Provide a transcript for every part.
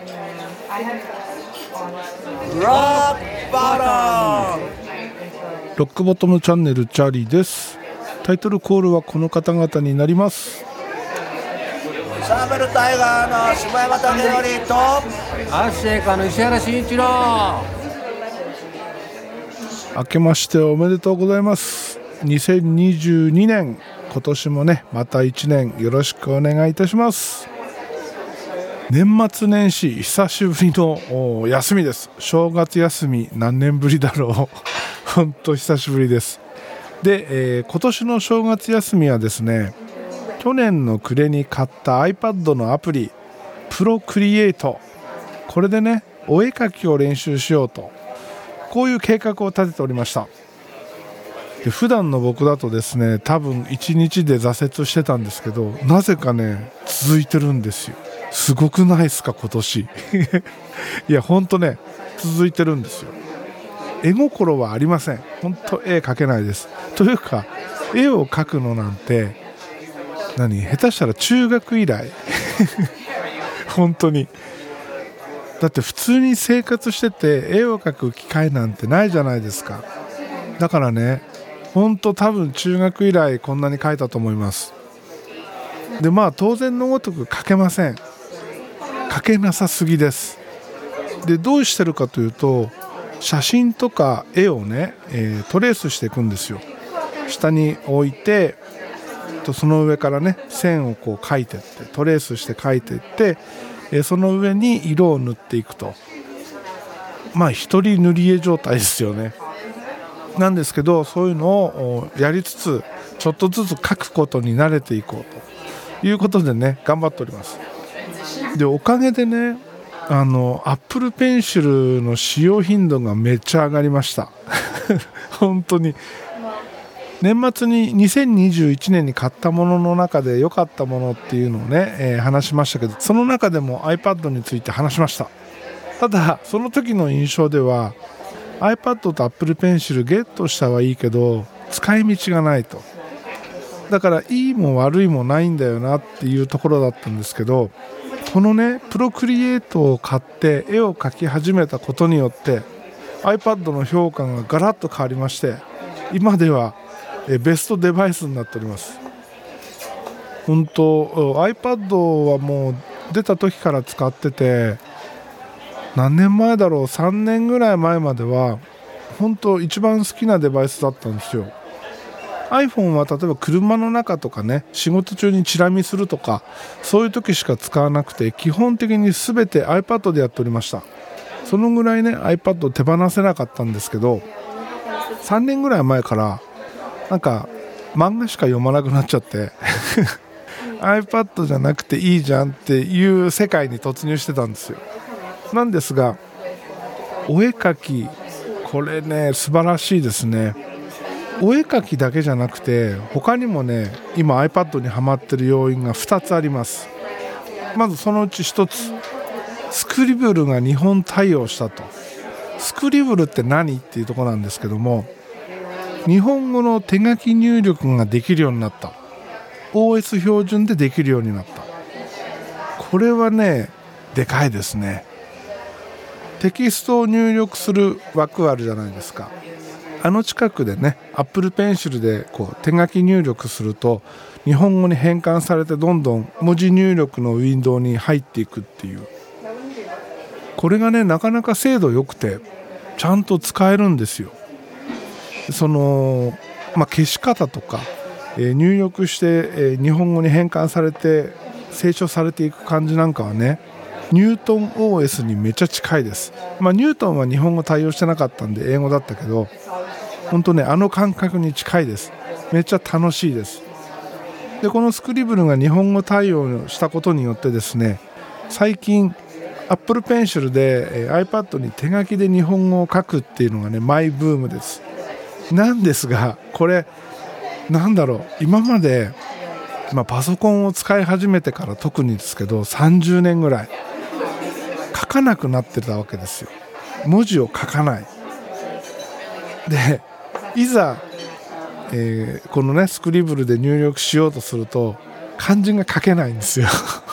ロックボトムチャンネルチャーリーです。タイトルコールはこの方々になります。 サーベルタイガーの柴山武則とアッシェイカーの石原慎一郎。 明けましておめでとうございます。2022年今年もねまた1年よろしくお願いいたします。年末年始久しぶりの休みです。正月休み何年ぶりだろう本当久しぶりです。で、今年の正月休みはですね、去年の暮れに買った iPad のアプリプロクリエイト、これでねお絵描きを練習しようと、こういう計画を立てておりました。で普段の僕だとですね多分1日で挫折してたんですけど、なぜかね続いてるんですよ。すごくないですか今年いや本当ね続いてるんですよ。絵心はありません。本当絵描けないです。というか絵を描くのなんて下手したら中学以来本当にだって普通に生活してて絵を描く機会なんてないじゃないですか。だからね本当多分中学以来こんなに描いたと思います。で当然のごとく描けません。描けなさすぎです。でどうしてるかというと、写真とか絵をね、トレースしていくんですよ。下に置いてその上からね線をこう描いていってトレースして描いていって、その上に色を塗っていくと、一人塗り絵状態ですよね。なんですけど、そういうのをやりつつちょっとずつ描くことに慣れていこうということでね頑張っております。でおかげでねApple Pencil の使用頻度がめっちゃ上がりました本当に年末に2021年に買ったものの中で良かったものっていうのをね、話しましたけど、その中でも iPad について話しました。ただその時の印象では iPad と Apple Pencil ゲットしたはいいけど使い道がないと、だからいいも悪いもないんだよなっていうところだったんですけど、このねプロクリエイトを買って絵を描き始めたことによって iPad の評価がガラッと変わりまして、今ではベストデバイスになっております。本当 iPad はもう出た時から使ってて、何年前だろう、3年ぐらい前までは本当一番好きなデバイスだったんですよ。iPhone は例えば車の中とかね、仕事中にチラ見するとかそういう時しか使わなくて、基本的に全て iPad でやっておりました。そのぐらいね iPad を手放せなかったんですけど、3年ぐらい前から漫画しか読まなくなっちゃってiPad じゃなくていいじゃんっていう世界に突入してたんですよ。なんですがお絵描き、これね素晴らしいですね。お絵描きだけじゃなくて他にもね今 iPad にハマってる要因が2つあります。まずそのうち1つ、スクリブルが日本対応したと。スクリブルって何っていうところなんですけども、日本語の手書き入力ができるようになった。 OS 標準でできるようになった。これはねでかいですね。テキストを入力する枠あるじゃないですか。近くでね Apple Pencil でこう手書き入力すると日本語に変換されてどんどん文字入力のウィンドウに入っていくっていう、これがねなかなか精度良くてちゃんと使えるんですよ。その消し方とか、入力して、日本語に変換されて成長されていく感じなんかはねニュートン OS にめっちゃ近いです。ニュートンは日本語対応してなかったんで英語だったけど、本当ね感覚に近いです。めっちゃ楽しいです。でこのスクリブルが日本語対応したことによってですね、最近 Apple Pencil で、iPad に手書きで日本語を書くっていうのがねマイブームです。なんですがこれ今まで、パソコンを使い始めてから特にですけど30年ぐらい書かなくなってたわけですよ。文字を書かないで、いざ、このねスクリブルで入力しようとすると漢字が書けないんですよ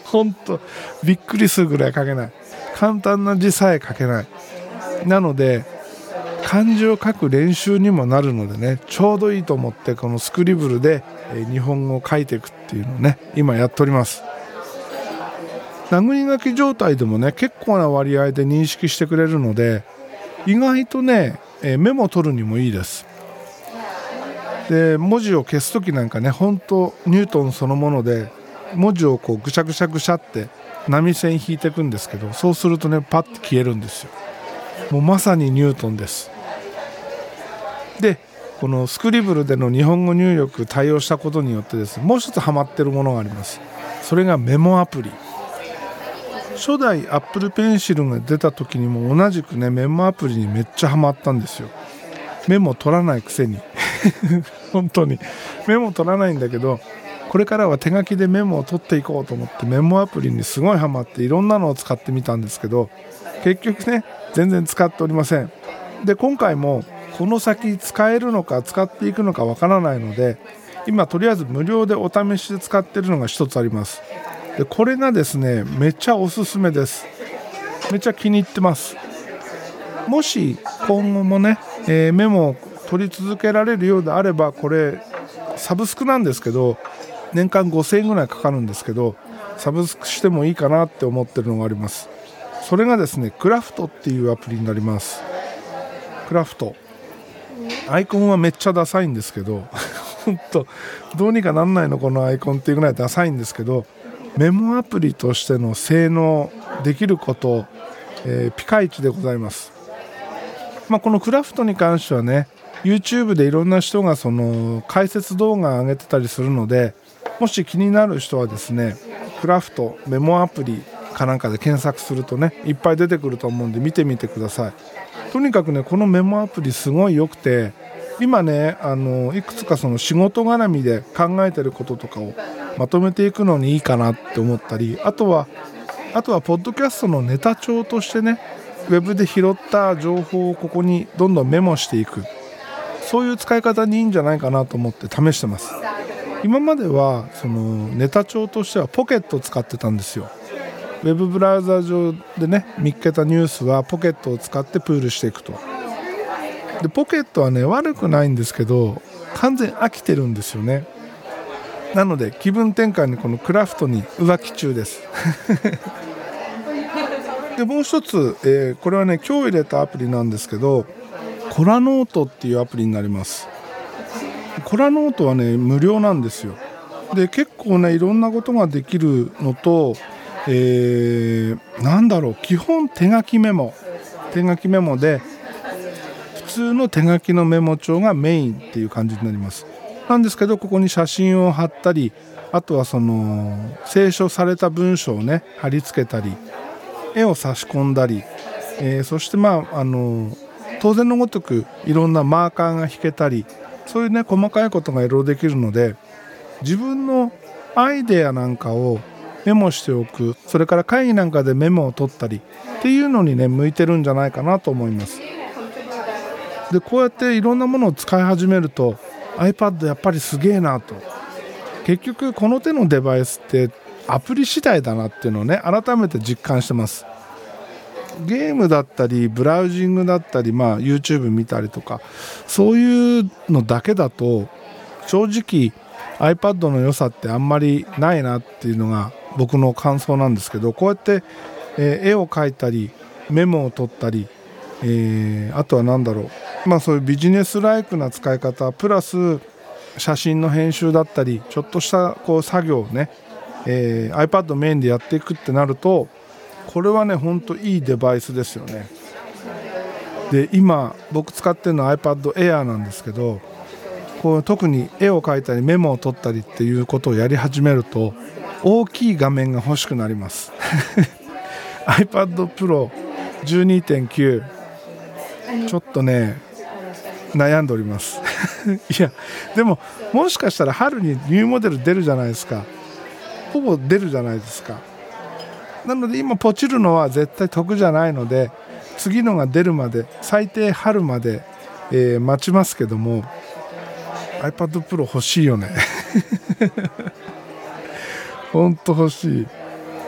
ほんとびっくりするぐらい書けない。簡単な字さえ書けない。なので漢字を書く練習にもなるのでね、ちょうどいいと思ってこのスクリブルで日本語を書いていくっていうのをね今やっております。殴り書き状態でもね結構な割合で認識してくれるので、意外とねメモを取るにもいいです。で文字を消すときなんかね、ほんとニュートンそのもので文字をこうぐしゃぐしゃぐしゃって波線引いていくんですけど、そうするとねパッと消えるんですよ。もうまさにニュートンです。でこのスクリブルでの日本語入力対応したことによってですね、もう一つハマってるものがあります。それがメモアプリ。初代アップルペンシルが出た時にも同じくねメモアプリにめっちゃハマったんですよ。メモ取らないくせに本当にメモ取らないんだけど、これからは手書きでメモを取っていこうと思ってメモアプリにすごいハマっていろんなのを使ってみたんですけど、結局ね全然使っておりません。で今回もこの先使えるのか使っていくのかわからないので、今とりあえず無料でお試しで使っているのが一つあります。でこれがですねめっちゃおすすめです。めっちゃ気に入ってます。もし今後もね、メモを取り続けられるようであれば、これサブスクなんですけど年間5000円ぐらいかかるんですけど、サブスクしてもいいかなって思ってるのがあります。それがですねクラフトっていうアプリになります。クラフトアイコンはめっちゃダサいんですけど本当どうにかなんないのこのアイコンっていうぐらいダサいんですけど、メモアプリとしての性能できること、ピカイチでございます。このクラフトに関してはね YouTube でいろんな人がその解説動画を上げてたりするので、もし気になる人はですねクラフトメモアプリかなんかで検索するとねいっぱい出てくると思うんで見てみてください。とにかくねこのメモアプリすごい良くて、今ねいくつかその仕事絡みで考えてることとかをまとめていくのにいいかなって思ったり、あとはポッドキャストのネタ帳としてねウェブで拾った情報をここにどんどんメモしていく、そういう使い方にいいんじゃないかなと思って試してます。今まではそのネタ帳としてはポケットを使ってたんですよ。ウェブブラウザ上でね見っけたニュースはポケットを使ってプールしていくと。でポケットはね悪くないんですけど完全飽きてるんですよね。なので気分転換にこのクラフトに浮気中ですでもう一つ、これはね今日入れたアプリなんですけど、コラノートっていうアプリになります。コラノートはね無料なんですよ。で結構ねいろんなことができるのと、基本手書きメモで普通の手書きのメモ帳がメインっていう感じになります。なんですけどここに写真を貼ったり、あとはその清書された文章をね貼り付けたり絵を差し込んだり、そして当然のごとくいろんなマーカーが引けたり、そういうね細かいことがいろいろできるので、自分のアイデアなんかをメモしておく、それから会議なんかでメモを取ったりっていうのにね向いてるんじゃないかなと思います。でこうやっていろんなものを使い始めると iPad やっぱりすげえなと、結局この手のデバイスってアプリ次第だなっていうのをね改めて実感してます。ゲームだったりブラウジングだったり、YouTube 見たりとかそういうのだけだと正直 iPad の良さってあんまりないなっていうのが僕の感想なんですけど、こうやって、絵を描いたりメモを取ったり、あとはそういうビジネスライクな使い方プラス写真の編集だったりちょっとしたこう作業をね、iPad メインでやっていくってなると、これはねほんといいデバイスですよね。で今僕使ってるのは iPad Air なんですけど、こう特に絵を描いたりメモを取ったりっていうことをやり始めると大きい画面が欲しくなりますiPad Pro 12.9 ちょっとね悩んでおりますいやでももしかしたら春にニューモデル出るじゃないですか。ほぼ出るじゃないですか。なので今ポチるのは絶対得じゃないので、次のが出るまで最低春まで、待ちますけども iPad Pro 欲しいよねほんと欲しい。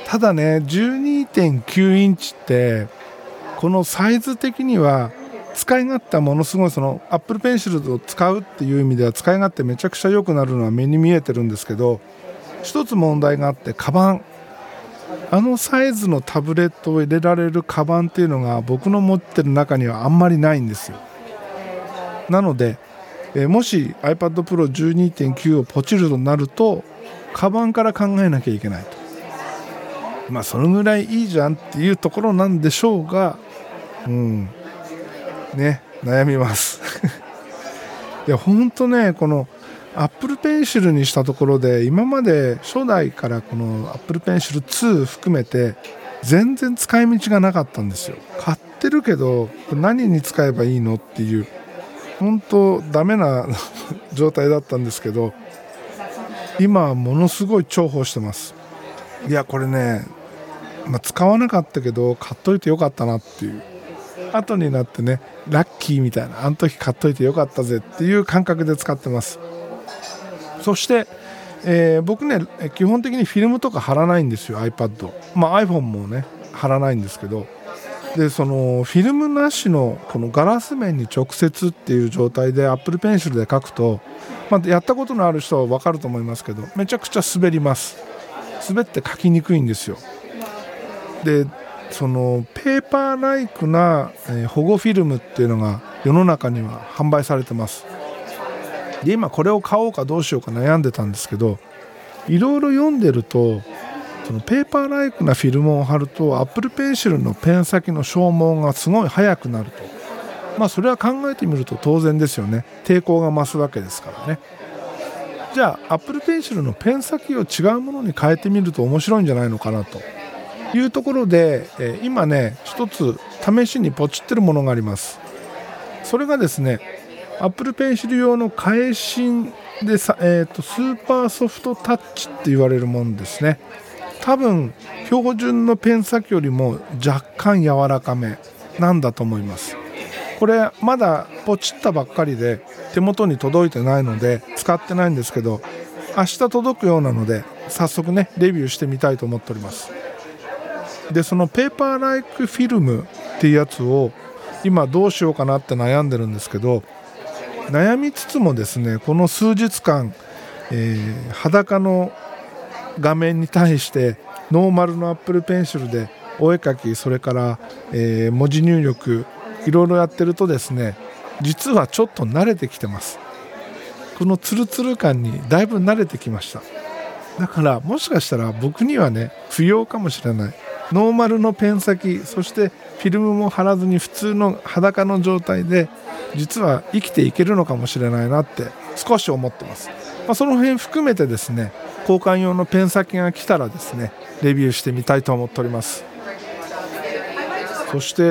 ただね 12.9 インチってこのサイズ的には使い勝手はものすごい、その Apple Pencil を使うっていう意味では使い勝手めちゃくちゃ良くなるのは目に見えてるんですけど、一つ問題があって、カバン、あのサイズのタブレットを入れられるカバンっていうのが僕の持ってる中にはあんまりないんですよ。なので、もし iPad Pro 12.9 をポチるとなるとカバンから考えなきゃいけないと、そのぐらいいいじゃんっていうところなんでしょうが、ね、悩みますいや本当ね、この Apple Pencil にしたところで今まで初代からこの Apple Pencil 2含めて全然使い道がなかったんですよ。買ってるけど何に使えばいいのっていう本当ダメな状態だったんですけど、今はものすごい重宝してます。いやこれね、使わなかったけど買っといてよかったなっていう、後になってねラッキーみたいな、あの時買っといてよかったぜっていう感覚で使ってます。そして、僕ね基本的にフィルムとか貼らないんですよ iPad、iPhone もね貼らないんですけど、でそのフィルムなしのこのガラス面に直接っていう状態で Apple Pencil で書くと、やったことのある人は分かると思いますけどめちゃくちゃ滑ります。滑って書きにくいんですよ。でそのペーパーライクな、保護フィルムっていうのが世の中には販売されてます。で今これを買おうかどうしようか悩んでたんですけど、いろいろ読んでるとそのペーパーライクなフィルムを貼ると Apple Pencil のペン先の消耗がすごい早くなると、それは考えてみると当然ですよね。抵抗が増すわけですからね。じゃあ Apple Pencil のペン先を違うものに変えてみると面白いんじゃないのかなというところで、今ね一つ試しにポチってるものがあります。それがですね Apple Pencil 用の替え芯でスーパーソフトタッチって言われるものですね。多分標準のペン先よりも若干柔らかめなんだと思います。これまだポチったばっかりで手元に届いてないので使ってないんですけど、明日届くようなので早速ねレビューしてみたいと思っております。でそのペーパーライクフィルムっていうやつを今どうしようかなって悩んでるんですけど、悩みつつもですねこの数日間、裸の画面に対してノーマルの Apple Pencil でお絵描き、それから、文字入力いろいろやってるとですね、実はちょっと慣れてきてます。このツルツル感にだいぶ慣れてきました。だからもしかしたら僕にはね不要かもしれない。ノーマルのペン先、そしてフィルムも貼らずに普通の裸の状態で実は生きていけるのかもしれないなって少し思ってます。その辺含めてですね交換用のペン先が来たらですねレビューしてみたいと思っております。そして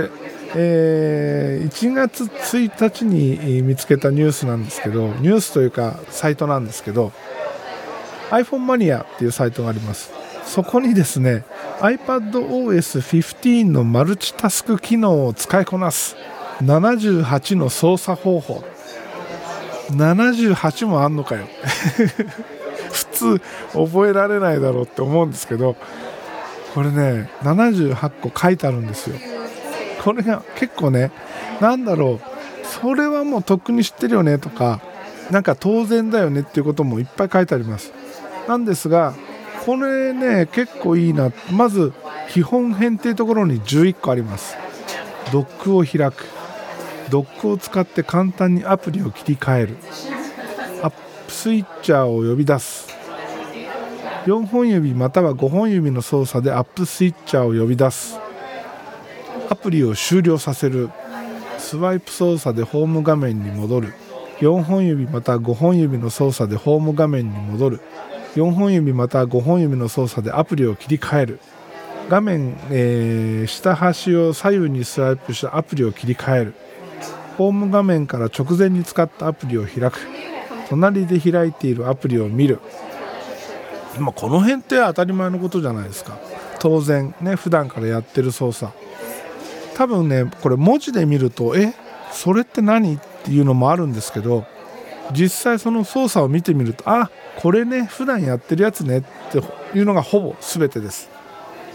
、1月1日に見つけたニュースなんですけど、ニュースというかサイトなんですけど iPhone マニアっていうサイトがあります。そこにですね iPadOS 15のマルチタスク機能を使いこなす78の操作方法、78もあんのかよ普通覚えられないだろうって思うんですけど、これね78個書いてあるんですよ。これが結構ね、なんだろう、それはもうとっくに知ってるよねとか、なんか当然だよねっていうこともいっぱい書いてあります。なんですがこれね結構いいな。まず基本編っていうところに11個あります。ドックを開く、ドックを使って簡単にアプリを切り替える、アップスイッチャーを呼び出す、4本指または5本指の操作でアップスイッチャーを呼び出す、アプリを終了させる、スワイプ操作でホーム画面に戻る、4本指または5本指の操作でホーム画面に戻る、4本指または5本指の操作でアプリを切り替える、画面、下端を左右にスワイプしたアプリを切り替える、ホーム画面から直前に使ったアプリを開く、隣で開いているアプリを見る。この辺って当たり前のことじゃないですか。当然ね普段からやってる操作、多分ねこれ文字で見るとそれって何っていうのもあるんですけど、実際その操作を見てみるとこれね普段やってるやつねっていうのがほぼ全てです。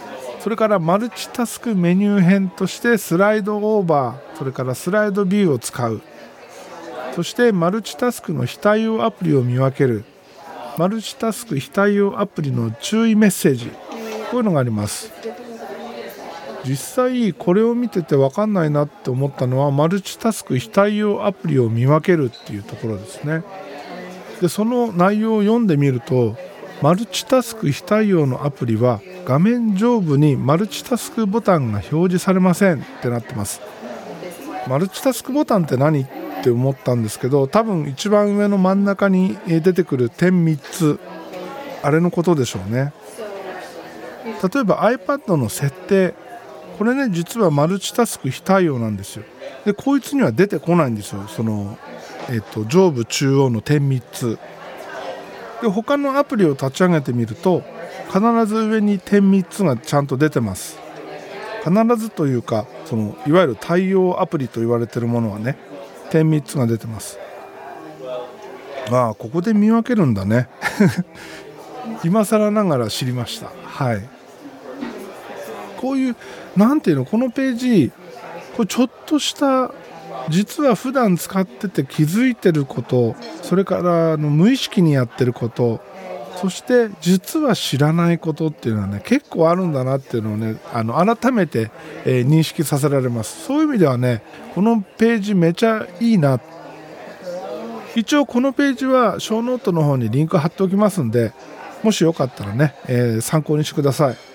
それからマルチタスクメニュー編としてスライドオーバー、それからスライドビューを使う、そしてマルチタスクの非対応アプリを見分ける、マルチタスク非対応アプリの注意メッセージ、こういうのがあります。実際これを見てて分かんないなって思ったのは、マルチタスク非対応アプリを見分けるっていうところですね。でその内容を読んでみると、マルチタスク非対応のアプリは画面上部にマルチタスクボタンが表示されませんってなってます。マルチタスクボタンって何って思ったんですけど、多分一番上の真ん中に出てくる点3つ、あれのことでしょうね。例えば iPad の設定、これね実はマルチタスク非対応なんですよ。でこいつには出てこないんですよ、その、上部中央の点3つで、他のアプリを立ち上げてみると必ず上に点3つがちゃんと出てます。必ずというか、そのいわゆる対応アプリと言われているものはね、点3つが出てます。ああ、ここで見分けるんだね今更ながら知りました。はい、こういうなんていうの、このページ、これちょっとした実は普段使ってて気づいてること、それから無意識にやってること、そして実は知らないことっていうのはね結構あるんだなっていうのをね改めて、認識させられます。そういう意味ではねこのページめちゃいいな。一応このページはショーノートの方にリンク貼っておきますんで、もしよかったらね、参考にしてください。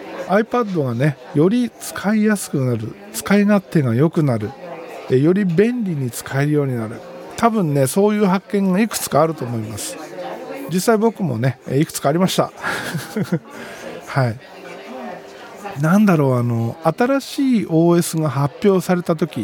iPad がねより使いやすくなる、使い勝手が良くなる、より便利に使えるようになる、多分ねそういう発見がいくつかあると思います。実際僕もねいくつかありましたはい、なんだろう、新しい OS が発表された時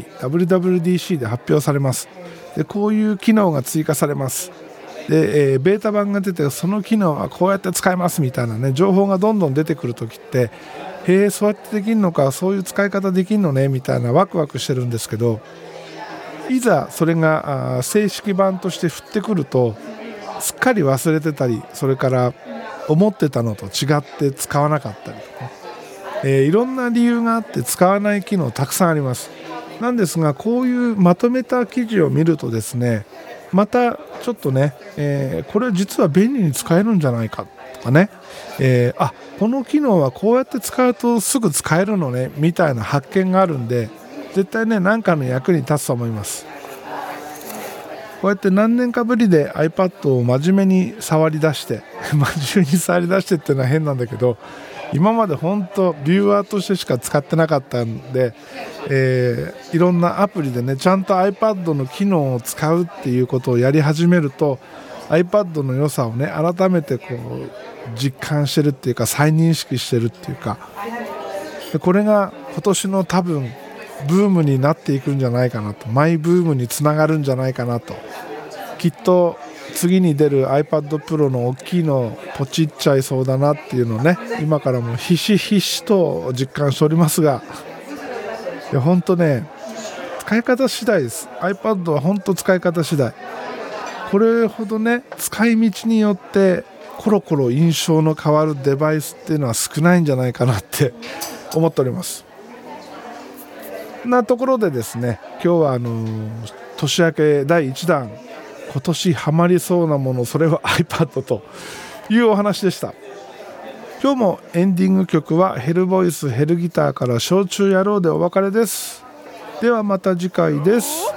WWDC で発表されます。でこういう機能が追加されます。で、ベータ版が出てその機能はこうやって使えますみたいなね情報がどんどん出てくる時って、へえそうやってできるのか、そういう使い方できるのねみたいなワクワクしてるんですけど、いざそれが正式版として降ってくるとすっかり忘れてたり、それから思ってたのと違って使わなかったりとか、いろんな理由があって使わない機能たくさんあります。なんですがこういうまとめた記事を見るとですね、またちょっとね、これ実は便利に使えるんじゃないかとかね、この機能はこうやって使うとすぐ使えるのねみたいな発見があるんで、絶対ね何かの役に立つと思います。こうやって何年かぶりで iPad を真面目に触り出して真面目に触り出してっていうのは変なんだけど、今まで本当ビューアーとしてしか使ってなかったんで、いろんなアプリでねちゃんと iPad の機能を使うっていうことをやり始めると iPad の良さをね改めてこう実感してるっていうか、再認識してるっていうか、これが今年の多分ブームになっていくんじゃないかなと、マイブームにつながるんじゃないかなと。きっと次に出る iPad Pro の大きいのポチっちゃいそうだなっていうのをね今からもひしひしと実感しておりますが、いや本当ね使い方次第です。 iPad は本当使い方次第。これほどね使い道によってコロコロ印象の変わるデバイスっていうのは少ないんじゃないかなって思っております。なところでですね、今日は年明け第1弾、今年ハマりそうなもの、それは iPad というお話でした。今日もエンディング曲はヘルボイスヘルギターから焼酎野郎でお別れです。ではまた次回です。